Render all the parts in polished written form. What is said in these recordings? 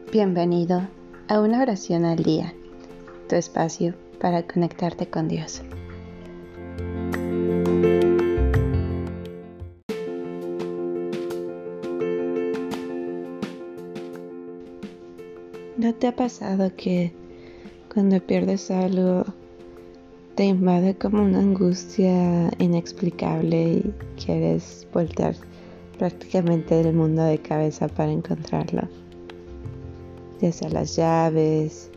Bienvenido a una oración al día, tu espacio para conectarte con Dios. ¿No te ha pasado que cuando pierdes algo te invade como una angustia inexplicable y quieres voltear prácticamente el mundo de cabeza para encontrarlo? Ya sea las llaves,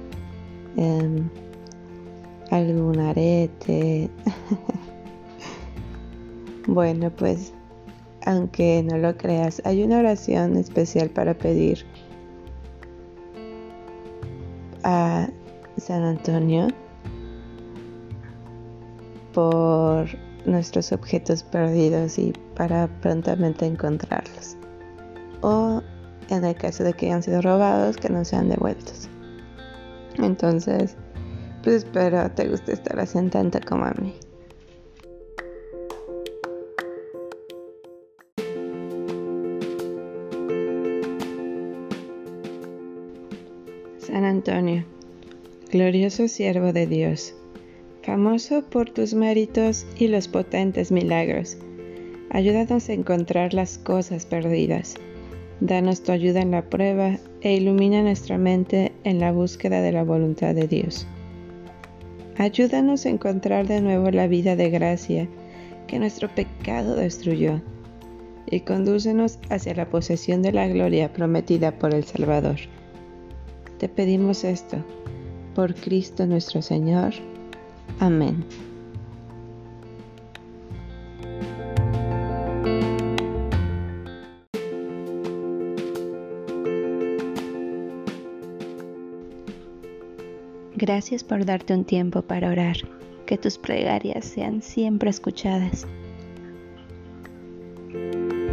algún arete. Bueno, pues aunque no lo creas, hay una oración especial para pedir a San Antonio por nuestros objetos perdidos y para prontamente encontrarlos, o en el caso de que hayan sido robados, que no sean devueltos. Entonces, pues espero te guste esta oración tanto como a mí. San Antonio, glorioso siervo de Dios, famoso por tus méritos y los potentes milagros, ayúdanos a encontrar las cosas perdidas. Danos tu ayuda en la prueba e ilumina nuestra mente en la búsqueda de la voluntad de Dios. Ayúdanos a encontrar de nuevo la vida de gracia que nuestro pecado destruyó y condúcenos hacia la posesión de la gloria prometida por el Salvador. Te pedimos esto, por Cristo nuestro Señor. Amén. Gracias por darte un tiempo para orar. Que tus plegarias sean siempre escuchadas.